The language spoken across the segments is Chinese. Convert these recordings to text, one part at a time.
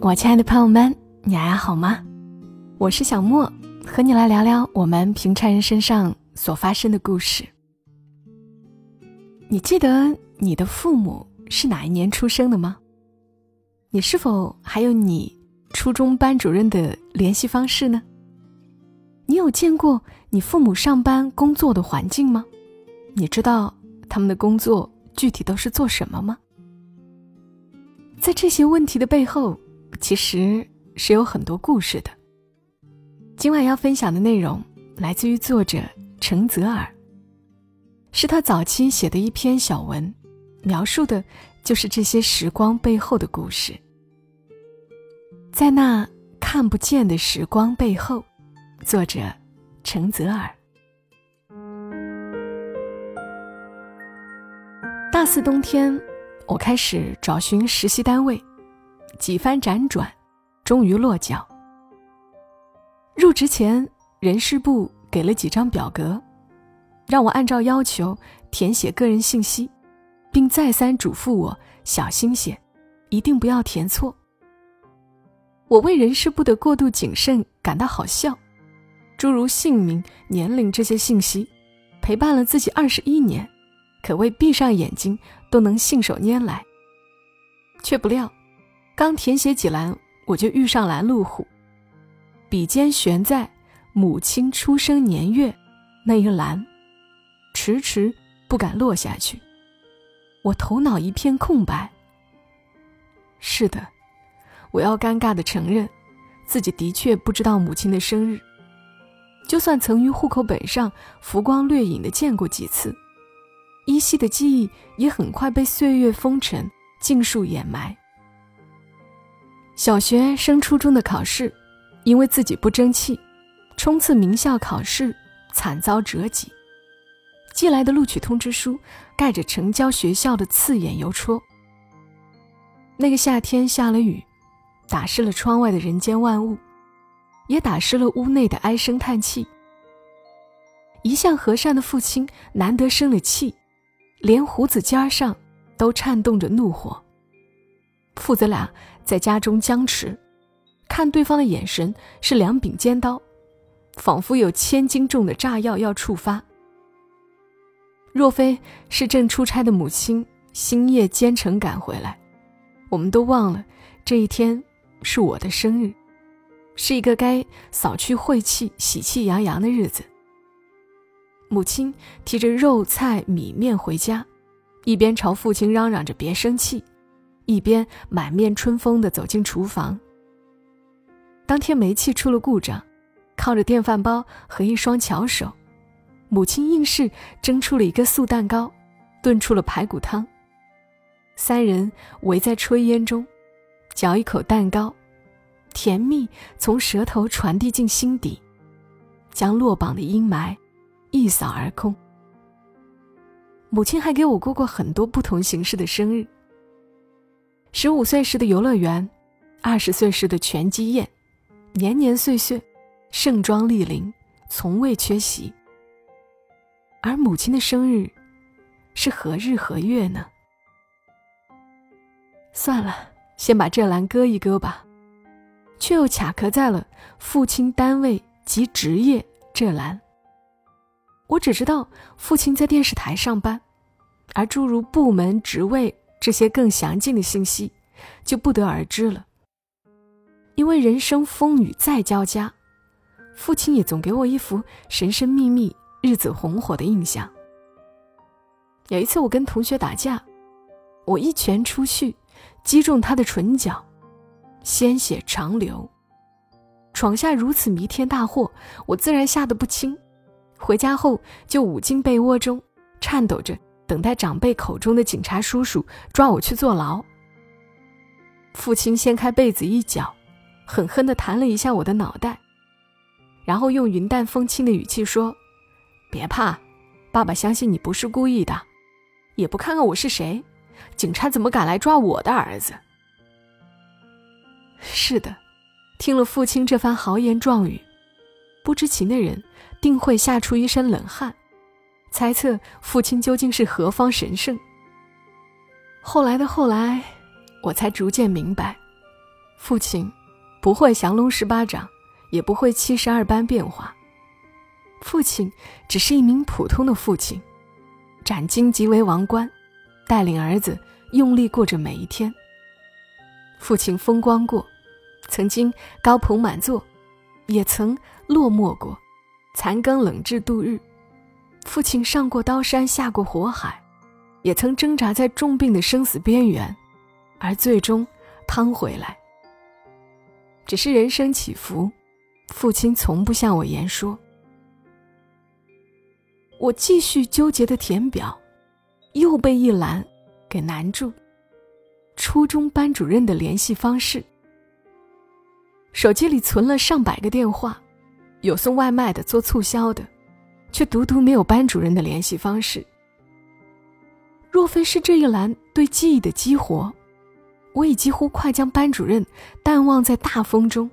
我亲爱的朋友们，你还好吗？我是小莫，和你来聊聊我们平常人身上所发生的故事。你记得你的父母是哪一年出生的吗？你是否还有你初中班主任的联系方式呢？你有见过你父母上班工作的环境吗？你知道他们的工作具体都是做什么吗？在这些问题的背后，其实是有很多故事的。今晚要分享的内容来自于作者程泽尔，是他早期写的一篇小文，描述的就是这些时光背后的故事。在那看不见的时光背后，作者程泽尔。大四冬天，我开始找寻实习单位，几番辗转，终于落脚。入职前，人事部给了几张表格，让我按照要求填写个人信息，并再三嘱咐我小心些，一定不要填错。我为人事部的过度谨慎感到好笑，诸如姓名、年龄这些信息，陪伴了自己21年，可谓闭上眼睛都能信手拈来。却不料，刚填写几栏，我就遇上拦路虎，笔尖悬在母亲出生年月那一栏，迟迟不敢落下去。我头脑一片空白。是的，我要尴尬地承认，自己的确不知道母亲的生日，就算曾于户口本上浮光掠影地见过几次，依稀的记忆也很快被岁月风尘尽数掩埋。小学升初中的考试，因为自己不争气，冲刺名校考试惨遭折戟，寄来的录取通知书盖着城郊学校的刺眼邮戳。那个夏天下了雨，打湿了窗外的人间万物，也打湿了屋内的唉声叹气。一向和善的父亲难得生了气，连胡子尖上都颤动着怒火。父子俩在家中僵持，看对方的眼神是两柄尖刀，仿佛有1000斤重的炸药要触发。若非是正出差的母亲星夜兼程赶回来，我们都忘了这一天是我的生日，是一个该扫去晦气喜气洋洋的日子。母亲提着肉菜米面回家，一边朝父亲嚷嚷着别生气，一边满面春风地走进厨房。当天煤气出了故障，靠着电饭煲和一双巧手，母亲硬是蒸出了一个素蛋糕，炖出了排骨汤。3人围在炊烟中，嚼一口蛋糕，甜蜜从舌头传递进心底，将落榜的阴霾一扫而空。母亲还给我过很多不同形式的生日，15岁时的游乐园，20岁时的拳击宴，年年岁岁，盛装莅临，从未缺席。而母亲的生日是何日何月呢？算了，先把这栏搁一搁吧，却又卡壳在了父亲单位及职业这栏。我只知道父亲在电视台上班，而诸如部门、职位这些更详尽的信息就不得而知了。因为人生风雨再交加，父亲也总给我一副神神秘秘、日子红火的印象。有一次我跟同学打架，我一拳出去，击中他的唇角，鲜血长流。闯下如此弥天大祸，我自然吓得不轻。回家后就捂进被窝中，颤抖着等待长辈口中的警察叔叔抓我去坐牢。父亲掀开被子一角，狠狠地弹了一下我的脑袋，然后用云淡风轻的语气说：别怕，爸爸相信你不是故意的，也不看看我是谁，警察怎么敢来抓我的儿子？是的，听了父亲这番豪言壮语，不知情的人定会吓出一身冷汗，猜测父亲究竟是何方神圣。后来的后来，我才逐渐明白， 父亲不会降龙18掌，也不会72般变化。父亲只是一名普通的父亲，斩荆棘为王冠，带领儿子用力过着每一天。父亲风光过，曾经高朋满座，也曾落寞过，残羹冷炙度日。父亲上过刀山，下过火海，也曾挣扎在重病的生死边缘，而最终趟回来。只是人生起伏，父亲从不向我言说。我继续纠结的填表，又被一栏给难住。初中班主任的联系方式。手机里存了上百个电话，有送外卖的，做促销的，却独独没有班主任的联系方式。若非是这一栏对记忆的激活，我已几乎快将班主任淡忘在大风中。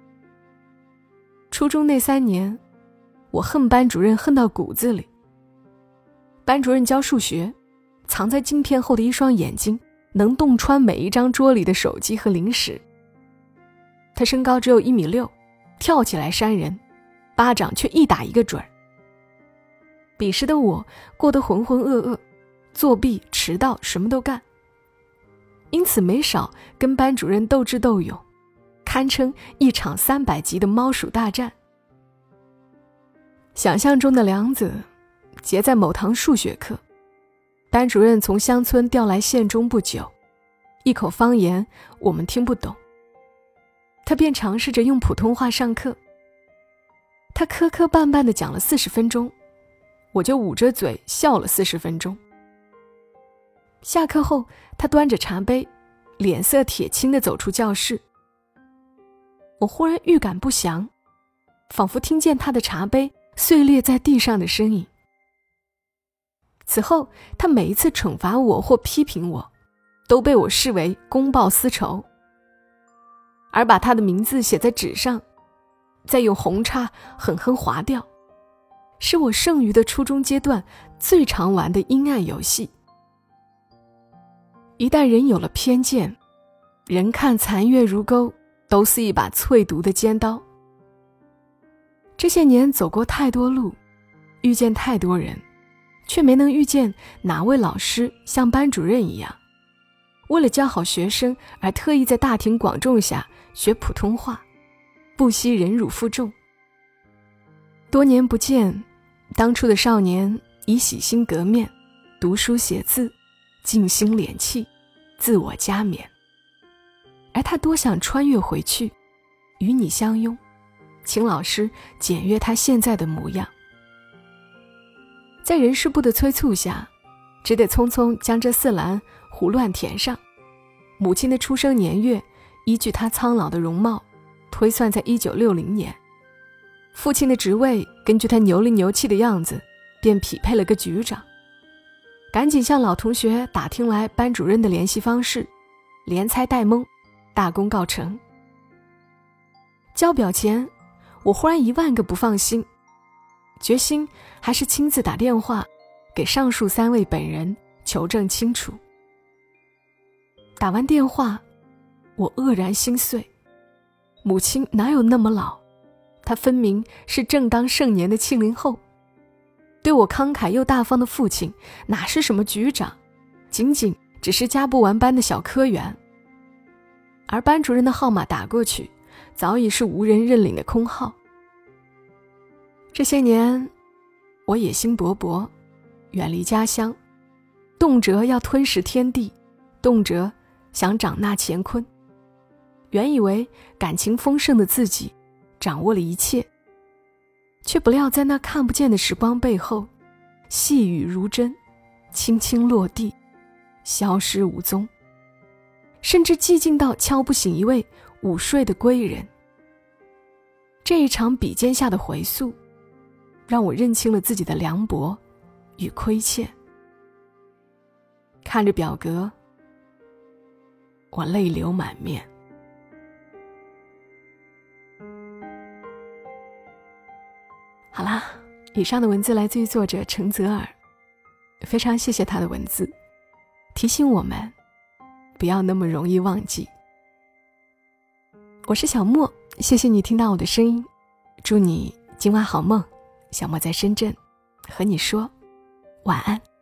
初中那3年，我恨班主任恨到骨子里。班主任教数学，藏在镜片后的一双眼睛能洞穿每一张桌里的手机和零食。他身高只有1.6米，跳起来扇人，巴掌却一打一个准儿。彼时的我过得浑浑噩噩，作弊迟到什么都干，因此没少跟班主任斗智斗勇，堪称一场300集的猫鼠大战。想象中的梁子结在某堂数学课，班主任从乡村调来县中不久，一口方言我们听不懂，他便尝试着用普通话上课。他磕磕绊绊地讲了40分钟，我就捂着嘴笑了40分钟。下课后，他端着茶杯，脸色铁青地走出教室。我忽然预感不祥，仿佛听见他的茶杯碎裂在地上的声音。此后，他每一次惩罚我或批评我，都被我视为公报私仇，而把他的名字写在纸上，再用红叉狠狠划掉，是我剩余的初中阶段最常玩的阴暗游戏。一旦人有了偏见，人看残月如钩，都是一把淬毒的尖刀。这些年走过太多路，遇见太多人，却没能遇见哪位老师像班主任一样，为了教好学生而特意在大庭广众下学普通话，不惜忍辱负重。多年不见，当初的少年已洗心革面，读书写字，静心敛气，自我加冕。而他多想穿越回去，与你相拥，请老师检阅他现在的模样。在人事部的催促下，只得匆匆将这4栏胡乱填上。母亲的出生年月依据他苍老的容貌推算在1960年，父亲的职位根据他牛里牛气的样子便匹配了个局长。赶紧向老同学打听来班主任的联系方式，连猜带蒙，大功告成。交表前，我忽然1万个不放心，决心还是亲自打电话给上述3位本人求证清楚。打完电话，我愕然心碎。母亲哪有那么老？她分明是正当盛年的70后。对我慷慨又大方的父亲，哪是什么局长，仅仅只是加不完班的小科员。而班主任的号码打过去，早已是无人认领的空号。这些年，我野心勃勃，远离家乡，动辄要吞食天地，动辄想长纳乾坤。原以为感情丰盛的自己掌握了一切，却不料在那看不见的时光背后，细雨如针，轻轻落地，消失无踪，甚至寂静到敲不醒一位午睡的归人。这一场比肩下的回溯，让我认清了自己的凉薄与亏欠。看着表格，我泪流满面。好啦，以上的文字来自于作者程泽尔，非常谢谢他的文字，提醒我们不要那么容易忘记。 我是小莫，谢谢你听到我的声音，祝你今晚好梦。小莫在深圳和你说晚安。